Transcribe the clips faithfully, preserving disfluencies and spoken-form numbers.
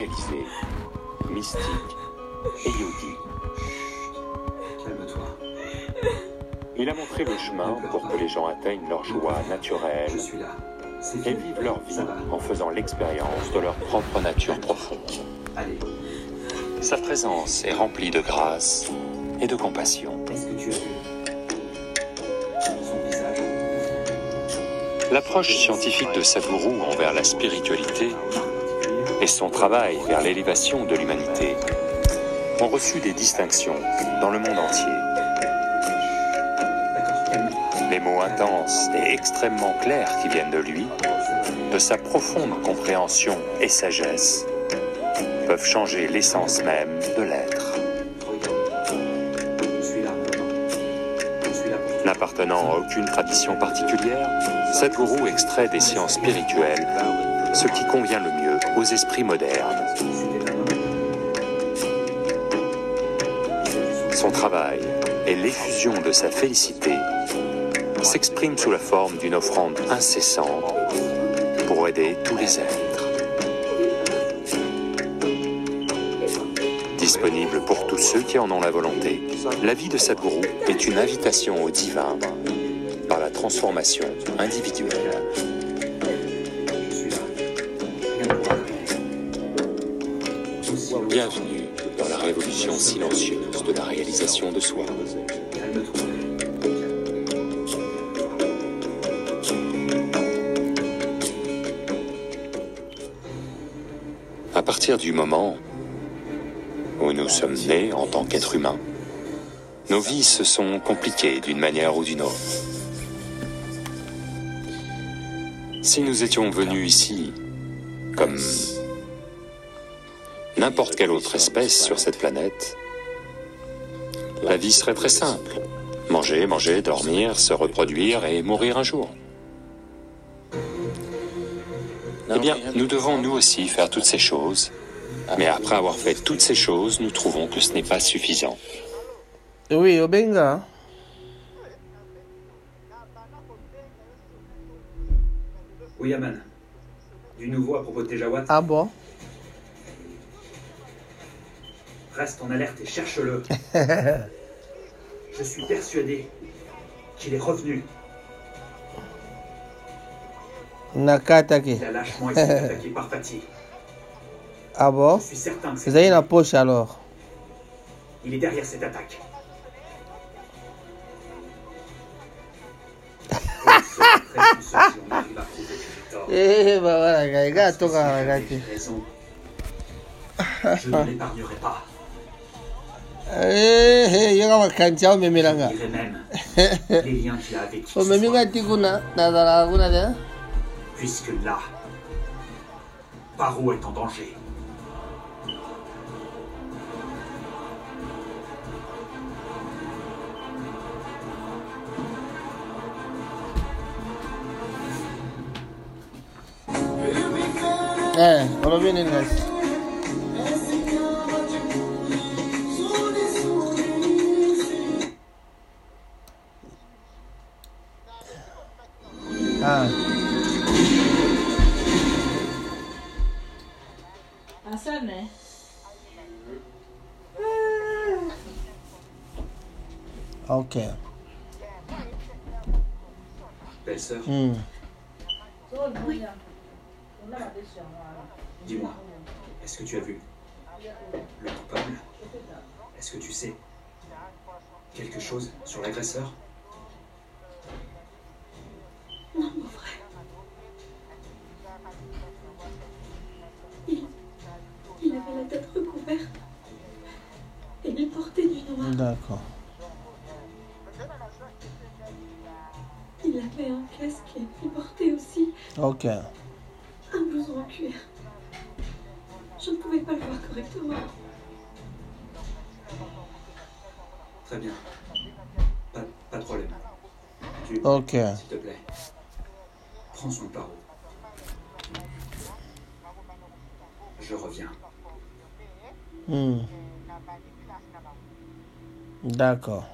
spécialisés, mystiques et yogis. Calme-toi. Il a montré le chemin pour que les gens atteignent leur joie naturelle Je suis là. C'est et fini. vivent leur vie Ça va. en faisant l'expérience de leur propre nature profonde. Allez, Sa présence est remplie de grâce et de compassion. est-ce que tu as vu son visage? L'approche scientifique de Sadhguru envers la spiritualité et son travail vers l'élévation de l'humanité ont reçu des distinctions dans le monde entier. D'accord, calme-toi. Les mots intenses et extrêmement clairs qui viennent de lui, de sa profonde compréhension et sagesse, peuvent changer l'essence même de l'être. Regarde. Je suis là maintenant. Je suis là pour toi. N'appartenant à aucune tradition particulière, Sadhguru extrait des sciences spirituelles ce qui convient le mieux aux esprits modernes. C'était un homme. Son travail et l'effusion de sa félicité s'expriment sous la forme d'une offrande incessante pour aider tous les êtres. Disponible pour tous ceux qui en ont la volonté, la vie de Sadhguru est une invitation au divin par la transformation individuelle. Je suis là. Rien ne pourra t'arrêter. Aussi, Bienvenue dans la révolution silencieuse de la réalisation de soi. calme-toi. À partir du moment où nous sommes nés en tant qu'êtres humains, nos vies se sont compliquées d'une manière ou d'une autre. Si nous étions venus ici comme n'importe quelle autre espèce sur cette planète, la vie serait très simple. Manger, manger, dormir, se reproduire et mourir un jour. Eh bien, nous devons nous aussi faire toutes ces choses, mais après avoir fait toutes ces choses, nous trouvons que ce n'est pas suffisant. Oui, Obenga. Oui, Aman. Du nouveau à propos de tes Jawats. Ah bon? Reste en alerte et cherche-le. Je suis persuadé qu'il est revenu. Nakatake. Il a lâchement essayé d'attaquer par Fatih. Ah bon? Je suis certain que c'est Vous avez la poche alors? il est derrière cette attaque. Je serai très puissant si on arrive à prouver que j'ai tort. Eh, bah voilà, gars, gars, Parce que toi, si gars, j'avais gars. raison, je ne l'épargnerai pas. Eh, eh, yoga makancha Je umemelanga. dirais même les liens qu'il a avec qui que ce Umeminga soit. tikuna, nazara kuna de. Puisque là, Paro est en danger. Eh, unaambia nini guys? Ah, Asante. okay. Belle-sœur, Hmm. dis-moi, est-ce que tu as vu le coupable? Est-ce que tu sais quelque chose sur l'agresseur? Non, mon frère. Il, il avait la tête recouverte. Et il portait du noir. D'accord. Il avait un casque et il portait aussi Ok. un blouson en cuir. Je ne pouvais pas le voir correctement. Très bien. Pas, pas de problème. Tu, Ok. s'il te plaît, prends soin de Paro. Je reviens. Hmm. D'accord.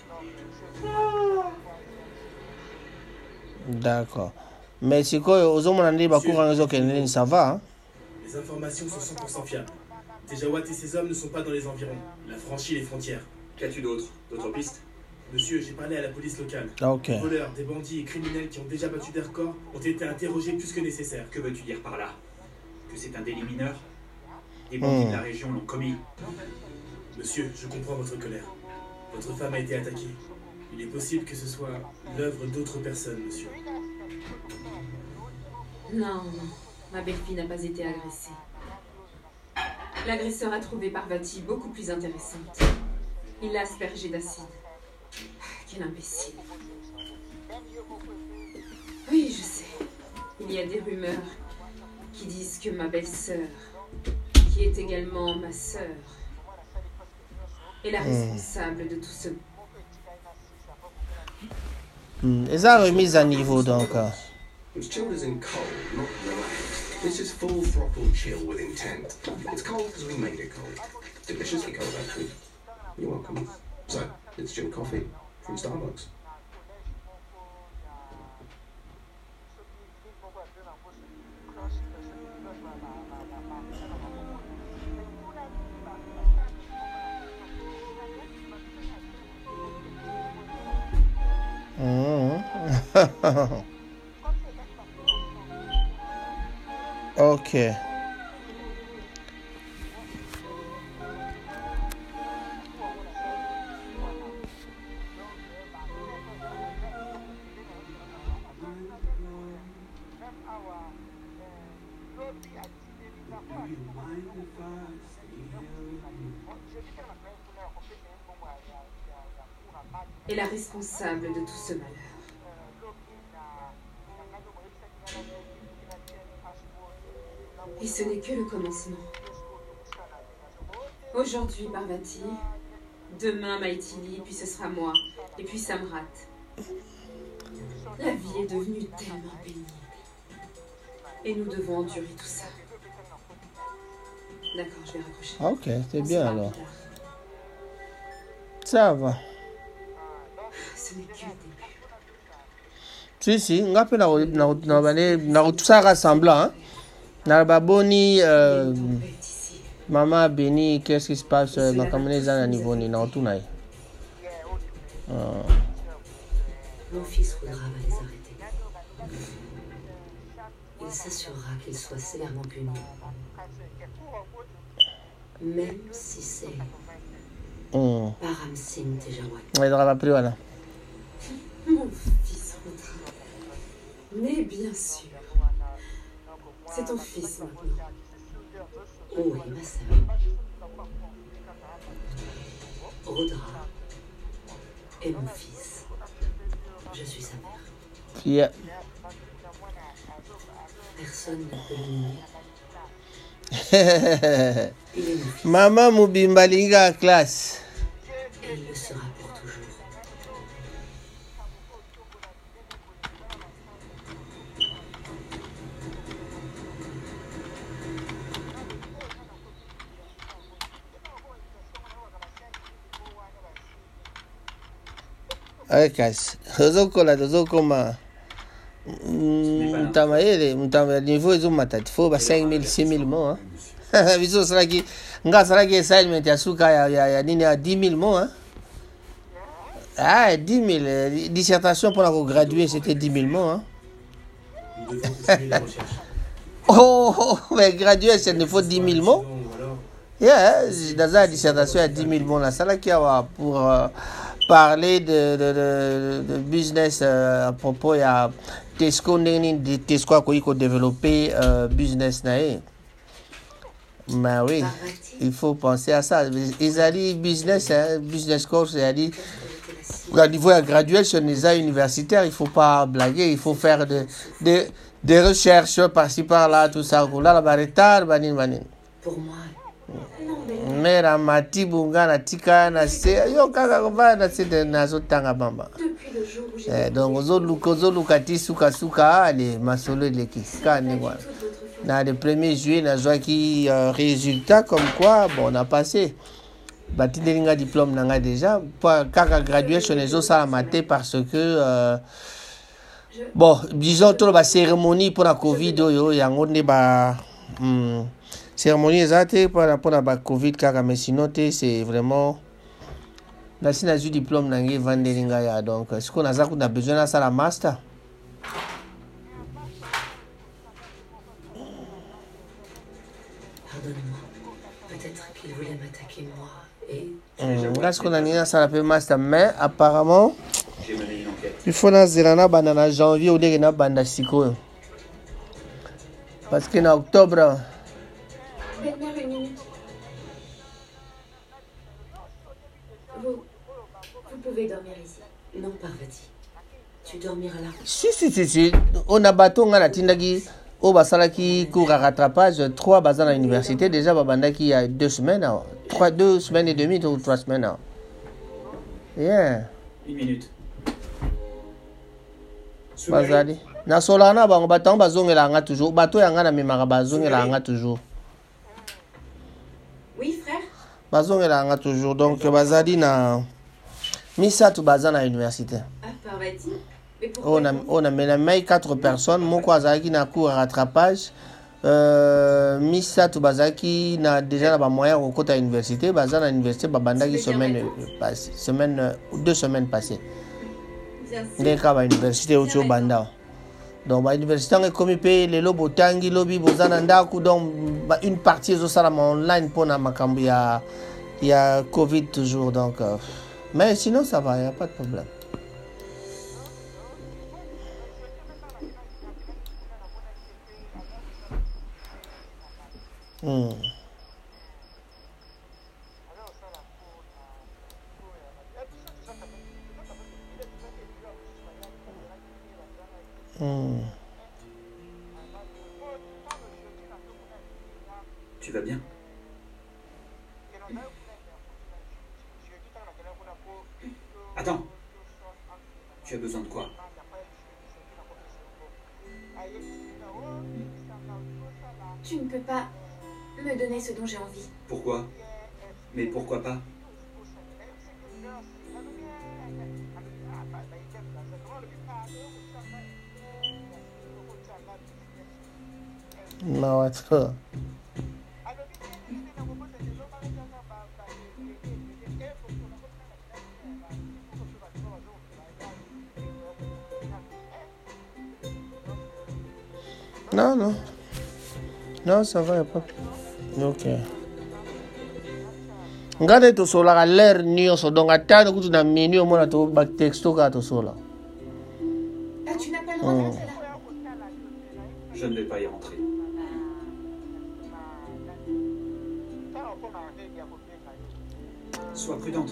D'accord. Mais c'est quoi, aux hommes, on a dit que ça va. Hein? Les informations sont cent pour cent fiables. Tejawat et ses hommes ne sont pas dans les environs. Il a franchi les frontières. Qu'as-tu d'autre? D'autres pistes? Monsieur, j'ai parlé à la police locale. Ok. Des voleurs, des bandits et criminels qui ont déjà battu des records ont été interrogés plus que nécessaire. Que veux-tu dire par là? Que c'est un délit mineur? Des bandits Hmm. de la région l'ont commis. Monsieur, je comprends votre colère. Votre femme a été attaquée. Il est possible que ce soit l'œuvre d'autres personnes, monsieur. Non, non. Ma belle-fille n'a pas été agressée. L'agresseur a trouvé Parvati beaucoup plus intéressante. Il l'a aspergée d'acide. Quel imbécile. Oui, je sais. Il y a des rumeurs qui disent que ma belle-sœur, qui est également ma sœur, est la responsable de tout ce... Hmm. Et ça remise à niveau donc. euh. It's chilled as in cold, not relaxed. This is full throttle chill with intent. It's cold because we made it cold. Deliciously cold, actually. You're welcome. So, it's chilled coffee from Starbucks. Hmm. Ok. est la responsable de tout ce malheur. Et ce n'est que le commencement. Aujourd'hui, Parvati, demain, Maithili, puis ce sera moi, et puis Samrat. La vie est devenue tellement pénible. Et nous devons endurer tout ça. D'accord, je vais raccrocher. Ok, c'est On se bien parle alors. plus tard. Ça va. Ce n'est que le début. Si, si, on a fait tout ça rassemblant. Hein? Narbaboni, euh, Les tombes est ici. Maman Béni, qu'est-ce qui se passe dans le cabinet à niveau ni dans tout naï. Mon fils voudra va les arrêter. Il s'assurera qu'ils soient sévèrement punis. Même si c'est Hum. Param Singh Tejawat. Il va plus voilà. Mon fils rentra. Mais bien sûr. C'est ton fils maintenant. Oui, ma sœur. Rudra est mon fils. Je suis sa mère. Yeah. Personne ne peut l'ignorer. Il est mon fils Maman Mubimbalinga classe. et il le sera pour toujours. Akas. Hozokola tozokoma. Mutamayele, mutamayele niveau ezo matati fo ba cinq mille six mille mots hein. Biso salaki nga salaki assignment ya suka ya ya, ya nini ya dix mille mots hein. Ah, dix mille dissertation pour la graduer c'était dix mille mots hein. Nous devons continuer les recherches. Oh, oh, mais graduer c'est il faut dix mille mots. Ou alors, Yeah, dans la dissertation à dix mille mots là, ça là qui a pour euh, parler de, de, de, de business euh, à propos il y a Tesco nini Tesco qui a développé euh, business naé. Mais oui, Parvati, il faut penser à ça. Ils ont dit business, hein, business course, ils ont dit était la cible. au niveau graduel sur les universitaires, il faut pas blaguer, il faut faire de, de, des recherches par-ci par-là, tout ça. Là, là, retard, banin, banin. Pour moi, Mera mati bunga na tika na se yo kaka kova na se de na zotanga bamba. Depuis le jour où j'ai Eh donc ozo luka ozo lukati suka suka ale masolo le kiskane voilà. toute votre famille. Na le premier juillet na joa qui euh, résultat comme quoi bon on a passé. batindelinga diplôme nanga déjà kaka graduation ezo sala maté parce que euh, bon disons tout la cérémonie pour la Covid oyo yango ne ba hmm, cérémonie ezate pour la pour la Covid kaka mais sinon c'est vraiment la sina du diplôme nanga vandelinga ya donc est-ce qu'on a ça qu'on a besoin de ça la master. Pardonne-moi. Peut-être qu'il voulait m'attaquer moi et... Là, ce qu'on a dit, ça l'appelle master, mais apparemment, J'ai mené une enquête. il faut que Zelana banana janvier ou des banda siko. Parce qu'en octobre, Bernard, une minute. Vous, vous pouvez dormir ici. Non, Parvati. Tu dormiras là. si, si, si, si, on a bateau, on a tindagi, au basala qui court à rattrapage, trois basins à l'université, déjà, babanda qui il y a deux semaines, hein. trois, deux semaines et demie ou trois semaines. Hein. Yeah. Une minute. Bazali. Na solana ba batang bazongela nga toujours. Bato yanga na memaka bazongela nga toujours. Oui, frère? Bazongela nga toujours. Donc bazali na misa tu bazana à l'université. Ah, Parvati? Mais pourquoi? On a on a mené quatre personnes. Moko azaki na cours à rattrapage. Euh, misa tu bazaki na déjà na ba moyen au côté à l'université. Bazana à l'université babanda qui semaine passée, semaine deux semaines passées. Bien sûr. Ndeka ba université au tio banda. Donc ba université on est comme payer les lobo tangi lobby bozana ndaku donc une partie zo sala online pour na makambo ya ya Covid toujours donc euh, mais sinon ça va, il y a pas de problème. Hmm. Hmm. Tu vas bien? Attends. Tu as besoin de quoi? Tu ne peux pas me donner ce dont j'ai envie. Pourquoi? Mais pourquoi pas? Non, attends. Non, non. Non, ça va, y a pas. Ok. Ngade to sola ka l'air nyonso donc atano kutu na menu omona to ba texto ka to sola. Ah, tu n'as pas le droit de rentrer là? Je ne vais pas y rentrer. Sois prudente.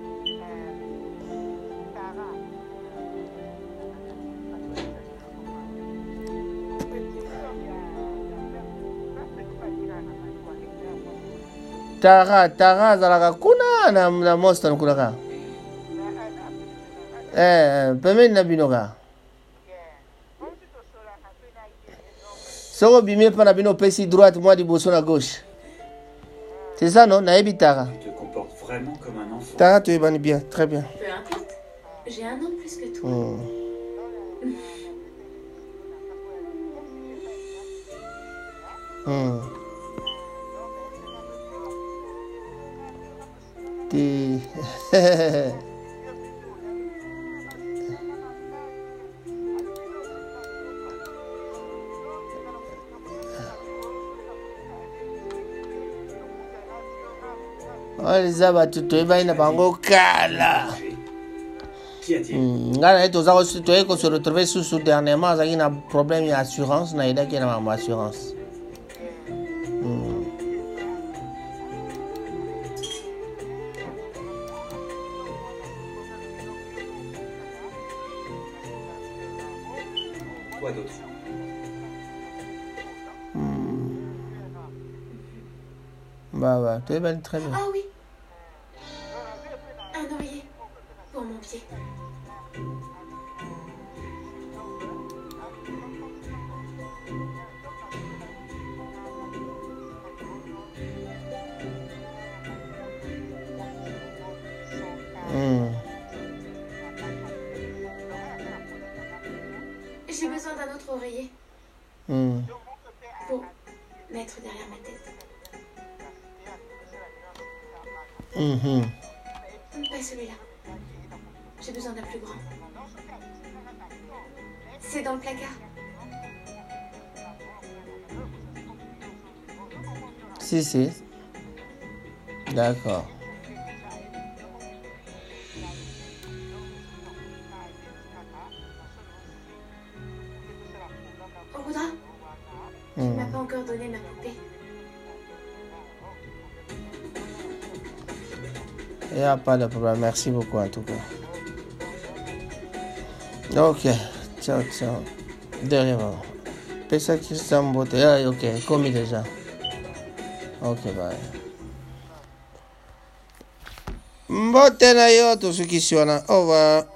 Tara, Tara zalaka kuna na na Boston kuna ka. Eh, pemeni na bino ka. Soko bimé pa na bino pesi droite moi liboso na gauche. C'est ça non? Naebi Tara. Tu te comportes vraiment comme un enfant. Tara tu es bien, très bien. Peu importe. J'ai un an de plus que toi. Hmm. Hmm. Ti. Waliza batu toyeba ina bango kala. Qui a-t-il? Ngana eto za ko toye ko se retrouver sous sous dernièrement za ina problème ya assurance na ida ki na ma assurance. Hmm. Quoi d'autre? Hmm. Bah bah, tu es bien très bien. Ah oui. Un oreiller pour mon pied. J'ai besoin d'un autre oreiller Hmm. pour mettre derrière ma tête. Mhm. Pas celui-là. J'ai besoin d'un plus grand. C'est dans le placard. Si, si. D'accord. Audra, tu ne m'as pas encore donné ma poupée. Il n'y a pas de problème. Merci beaucoup en tout cas. Ok. Ciao, ciao. Derrière. Pesa Christian Mbote. Ah, ok. Commis déjà. Ok, bye. Mbote na yo, tout ce qui suit. Au revoir.